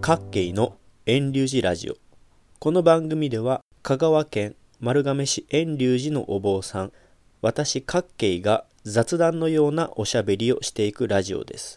各系の遠隆寺ラジオ。この番組では香川県丸亀市遠隆寺のお坊さん、私各系が雑談のようなおしゃべりをしていくラジオです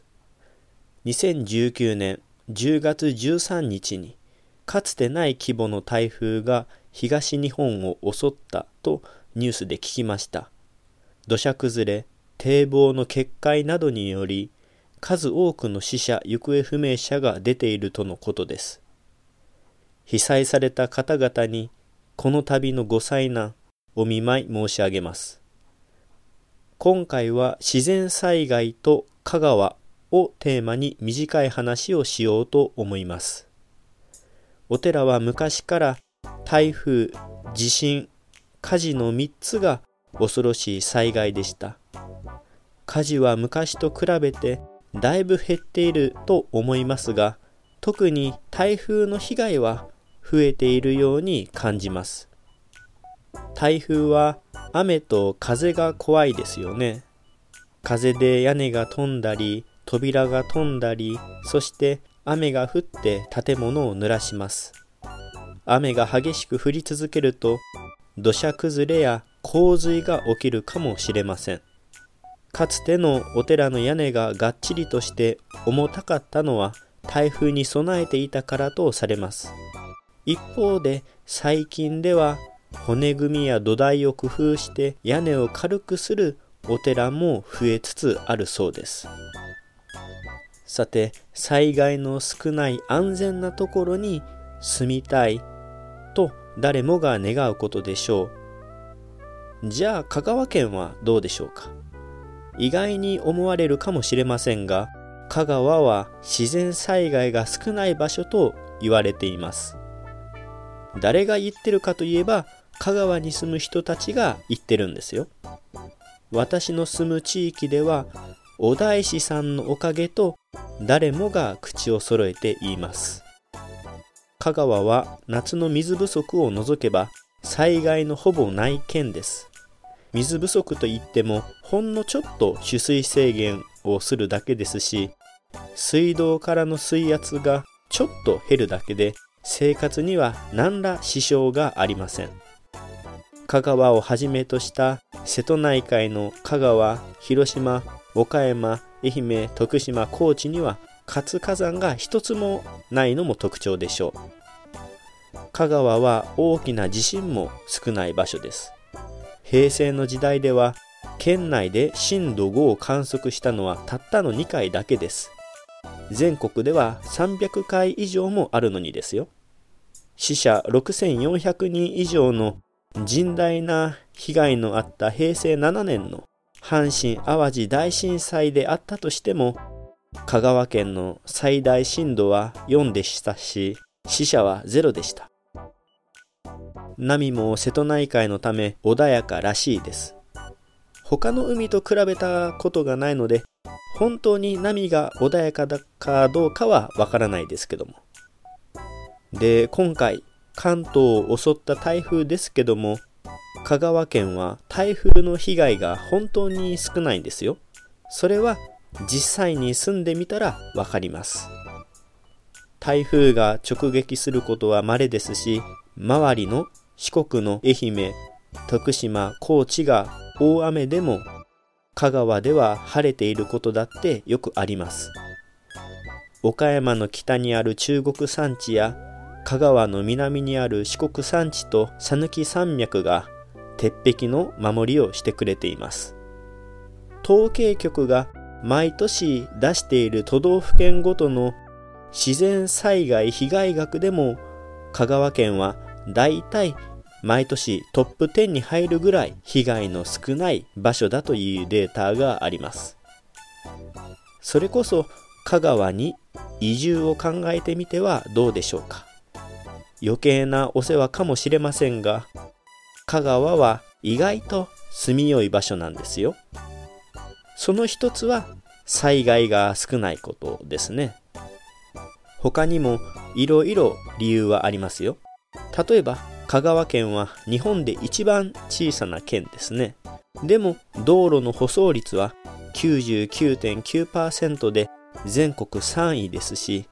。2019年10月13日にかつてない規模の台風が東日本を襲ったとニュースで聞きました。土砂崩れ、堤防の決壊などにより数多くの死者・行方不明者が出ているとのことです。被災された方々にこの度のご災難お見舞い申し上げます。今回は自然災害と香川をテーマに短い話をしようと思います。お寺は昔から台風、地震、火事の3つが恐ろしい災害でした。火事は昔と比べてだいぶ減っていると思いますが、特に台風の被害は増えているように感じます。台風は雨と風が怖いですよね。風で屋根が飛んだり、扉が飛んだり、そして雨が降って建物を濡らします。雨が激しく降り続けると、土砂崩れや洪水が起きるかもしれません。かつてのお寺の屋根ががっちりとして重たかったのは台風に備えていたからとされます。一方で最近では骨組みや土台を工夫して屋根を軽くするお寺も増えつつあるそうです。さて、災害の少ない安全なところに住みたいと誰もが願うことでしょう。じゃあ香川県はどうでしょうか。意外に思われるかもしれませんが、香川は自然災害が少ない場所と言われています。誰が言ってるかといえば、香川に住む人たちが言ってるんですよ。私の住む地域では、お大師さんのおかげと誰もが口を揃えて言います。香川は夏の水不足を除けば災害のほぼない県です。水不足といってもほんのちょっと取水制限をするだけですし、水道からの水圧がちょっと減るだけで生活には何ら支障がありません。香川をはじめとした瀬戸内海の香川、広島、岡山、愛媛、徳島、高知には活火山が一つもないのも特徴でしょう。香川は大きな地震も少ない場所です。平成の時代では県内で震度5を観測したのはたったの2回だけです。全国では300回以上もあるのにですよ。死者6400人以上の甚大な被害のあった平成7年の阪神・淡路大震災であったとしても、香川県の最大震度は4でしたし、死者は0でした。波も瀬戸内海のため穏やからしいです。他の海と比べたことがないので、本当に波が穏やかだかどうかはわからないですけども。で、今回関東を襲った台風ですけども、香川県は台風の被害が本当に少ないんですよ。それは実際に住んでみたらわかります。台風が直撃することは稀ですし、周りの四国の愛媛、徳島、高知が大雨でも香川では晴れていることだってよくあります。岡山の北にある中国山地や香川の南にある四国山地と讃岐山脈が鉄壁の守りをしてくれています。統計局が毎年出している都道府県ごとの自然災害被害額でも香川県はだいたい毎年トップ10に入るぐらい被害の少ない場所だというデータがあります。それこそ香川に移住を考えてみてはどうでしょうか。余計なお世話かもしれませんが、香川は意外と住みよい場所なんですよ。その一つは災害が少ないことですね。他にもいろいろ理由はありますよ。例えば香川県は日本で一番小さな県ですね。でも道路の舗装率は 99.9% で全国3位ですし、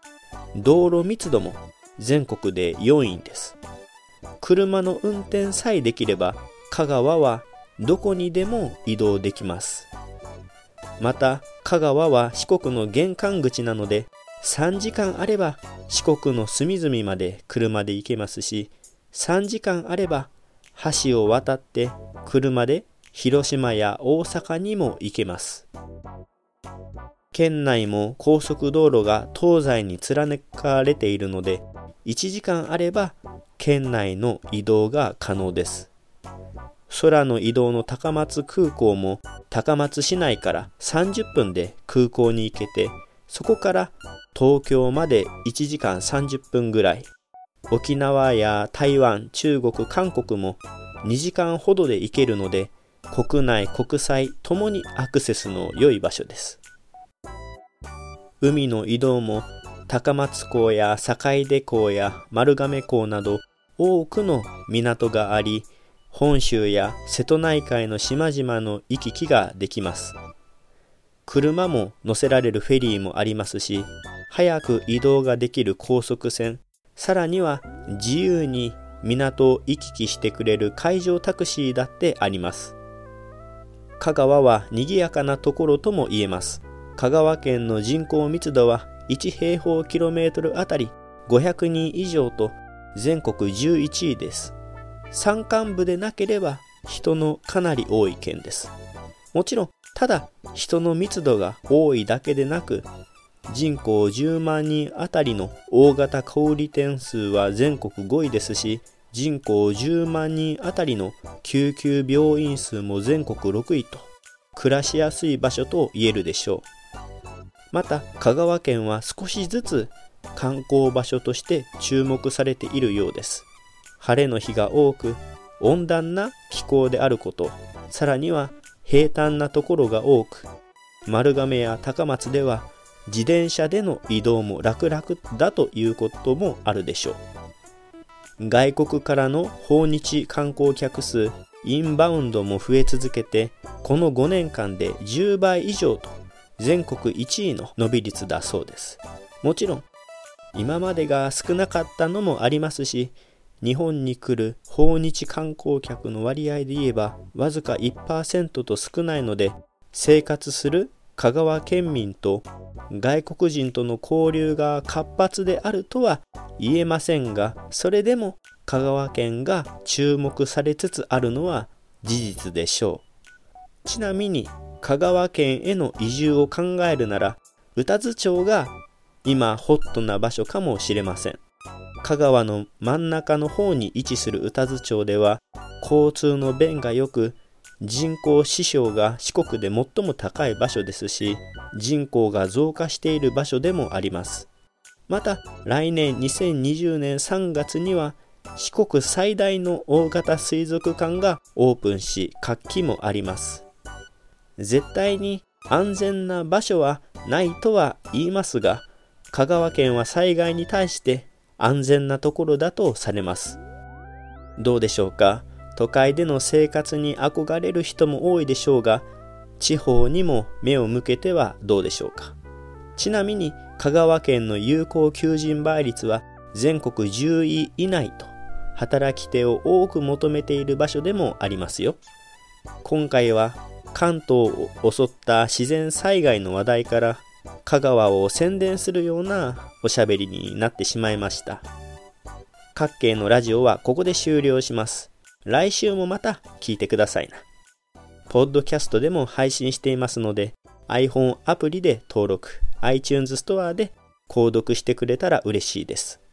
道路密度も全国で4位です。車の運転さえできれば香川はどこにでも移動できます。また香川は四国の玄関口なので3時間あれば四国の隅々まで車で行けますし、3時間あれば橋を渡って車で広島や大阪にも行けます。県内も高速道路が東西に貫かれているので1時間あれば県内の移動が可能です。空の移動の高松空港も高松市内から30分で空港に行けて、そこから東京まで1時間30分ぐらい、沖縄や台湾、中国、韓国も2時間ほどで行けるので、国内国際ともにアクセスの良い場所です。海の移動も高松港や坂出港や丸亀港など多くの港があり、本州や瀬戸内海の島々の行き来ができます。車も乗せられるフェリーもありますし、早く移動ができる高速船、さらには自由に港を行き来してくれる海上タクシーだってあります。香川は賑やかなところとも言えます。香川県の人口密度は1平方キロメートルあたり500人以上と全国11位です。山間部でなければ人のかなり多い県です。もちろんただ人の密度が多いだけでなく、人口10万人あたりの大型小売店数は全国5位ですし、人口10万人あたりの救急病院数も全国6位と暮らしやすい場所と言えるでしょう。また香川県は少しずつ観光場所として注目されているようです。晴れの日が多く温暖な気候であること、さらには平坦なところが多く、丸亀や高松では自転車での移動も楽々だということもあるでしょう。外国からの訪日観光客数、インバウンドも増え続けて、この5年間で10倍以上と全国1位の伸び率だそうです。もちろん今までが少なかったのもありますし、日本に来る訪日観光客の割合で言えばわずか 1% と少ないので、生活する香川県民と外国人との交流が活発であるとは言えませんが、それでも香川県が注目されつつあるのは事実でしょう。ちなみに香川県への移住を考えるなら、宇多津町が今ホットな場所かもしれません。香川の真ん中の方に位置する宇多津町では交通の便が良く、人口指標が四国で最も高い場所ですし、人口が増加している場所でもあります。また来年2020年3月には四国最大の大型水族館がオープンし、活気もあります。絶対に安全な場所はないとは言いますが、香川県は災害に対して安全なところだとされます。どうでしょうか。都会での生活に憧れる人も多いでしょうが、地方にも目を向けてはどうでしょうか。ちなみに香川県の有効求人倍率は全国10位以内と、働き手を多く求めている場所でもありますよ。今回は関東を襲った自然災害の話題から香川を宣伝するようなおしゃべりになってしまいました。各県のラジオはここで終了します。来週もまた聞いてくださいな。ポッドキャストでも配信していますので、iPhone アプリで登録、iTunes ストアで購読してくれたら嬉しいです。